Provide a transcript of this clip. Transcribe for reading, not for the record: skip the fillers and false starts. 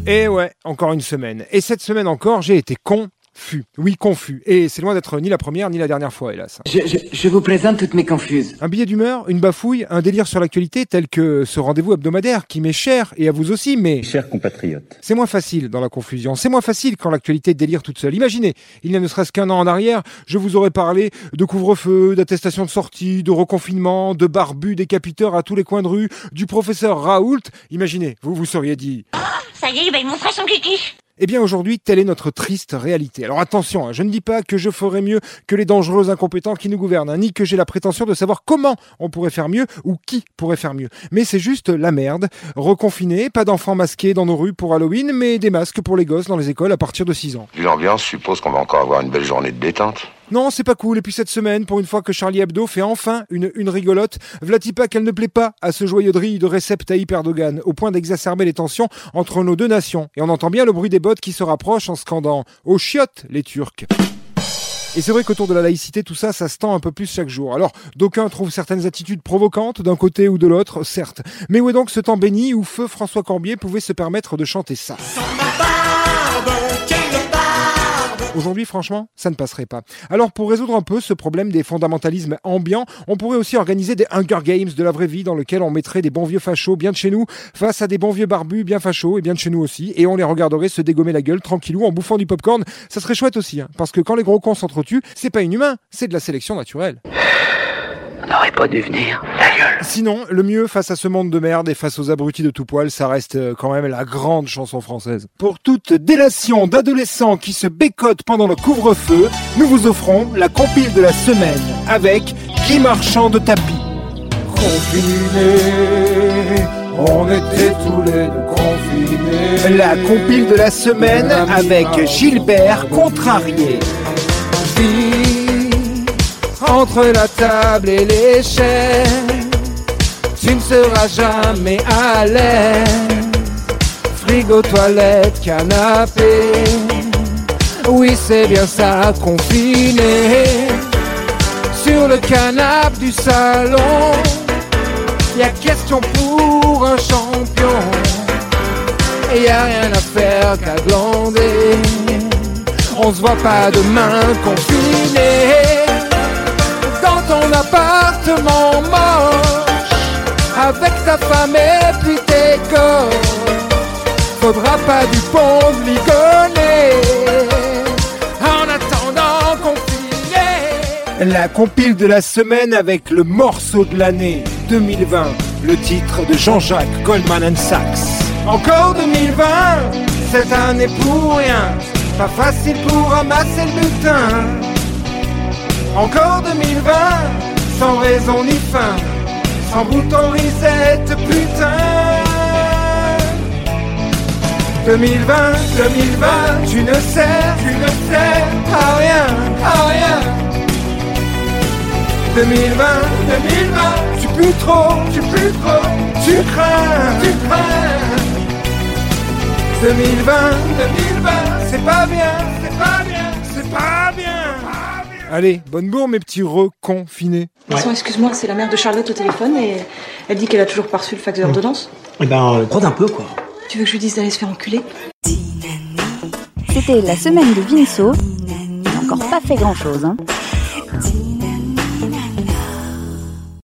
Et ouais, encore une semaine. Et cette semaine encore, j'ai été confus. Oui, confus. Et c'est loin d'être ni la première ni la dernière fois, hélas. Je vous présente toutes mes confuses. Un billet d'humeur, une bafouille, un délire sur l'actualité tel que ce rendez-vous hebdomadaire qui m'est cher, et à vous aussi, mais... Chers compatriotes. C'est moins facile dans la confusion. C'est moins facile quand l'actualité délire toute seule. Imaginez, il y a ne serait-ce qu'un an en arrière, je vous aurais parlé de couvre-feu, d'attestation de sortie, de reconfinement, de barbus décapiteurs à tous les coins de rue, du professeur Raoult. Imaginez, vous seriez dit... Ça y est, il va y montrer son kiki. Eh bien aujourd'hui, telle est notre triste réalité. Alors attention, je ne dis pas que je ferai mieux que les dangereux incompétents qui nous gouvernent, ni que j'ai la prétention de savoir comment on pourrait faire mieux ou qui pourrait faire mieux. Mais c'est juste la merde. Reconfiné, pas d'enfants masqués dans nos rues pour Halloween, mais des masques pour les gosses dans les écoles à partir de 6 ans. Vu l'ambiance, je suppose qu'on va encore avoir une belle journée de détente. Non, c'est pas cool. Et puis cette semaine, pour une fois que Charlie Hebdo fait enfin une rigolote, vlatipa qu'elle ne plaît pas à ce joyeux drille de Recep Tayyip Erdogan, au point d'exacerber les tensions entre nos deux nations. Et on entend bien le bruit des bottes qui se rapprochent en scandant « Aux chiottes, les Turcs !» Et c'est vrai qu'autour de la laïcité, tout ça, ça se tend un peu plus chaque jour. Alors, d'aucuns trouvent certaines attitudes provocantes d'un côté ou de l'autre, certes. Mais où est donc ce temps béni où feu François Corbier pouvait se permettre de chanter ça ? Aujourd'hui, franchement, ça ne passerait pas. Alors, pour résoudre un peu ce problème des fondamentalismes ambiants, on pourrait aussi organiser des Hunger Games de la vraie vie dans lesquels on mettrait des bons vieux fachos bien de chez nous face à des bons vieux barbus bien fachos et bien de chez nous aussi, et on les regarderait se dégommer la gueule tranquillou en bouffant du popcorn. Ça serait chouette aussi, parce que quand les gros cons s'entretuent, c'est pas inhumain, c'est de la sélection naturelle. On n'aurait pas dû venir. Ta gueule. Sinon, le mieux face à ce monde de merde et face aux abrutis de tout poil, ça reste quand même la grande chanson française. Pour toute délation d'adolescents qui se bécotent pendant le couvre-feu, nous vous offrons la compile de la semaine avec Guy Marchand de Tapis. Confinés, on était tous les deux confinés. La compile de la semaine avec Gilbert Contrarié. Entre la table et les chaises, tu ne seras jamais à l'aise. Frigo, toilette, canapé, oui c'est bien ça, confiné. Sur le canapé du salon, y a question pour un champion. Et y a rien à faire qu'à glander. On se voit pas demain, confiné. Dans ton appartement moche, avec ta femme et puis tes gosses, faudra pas du pont de Ligonnès, en attendant confiné. La compile de la semaine avec le morceau de l'année 2020, le titre de Jean-Jacques Goldman & Sachs. Encore 2020, cette année pour rien, pas facile pour ramasser le butin. Encore 2020, sans raison ni fin, sans bouton reset, putain. 2020, tu ne sers à rien, à rien. 2020, tu pues trop, tu crains. 2020, c'est pas bien. Allez, bonne bourre mes petits reconfinés. Vincent, excuse-moi, c'est la mère de Charlotte au téléphone et elle dit qu'elle a toujours pas reçu le fax de l'ordonnance. Eh ben, prends un peu, quoi. Tu veux que je lui dise d'aller se faire enculer ? C'était la semaine de Vinceau. Il n'a encore pas fait grand-chose, hein.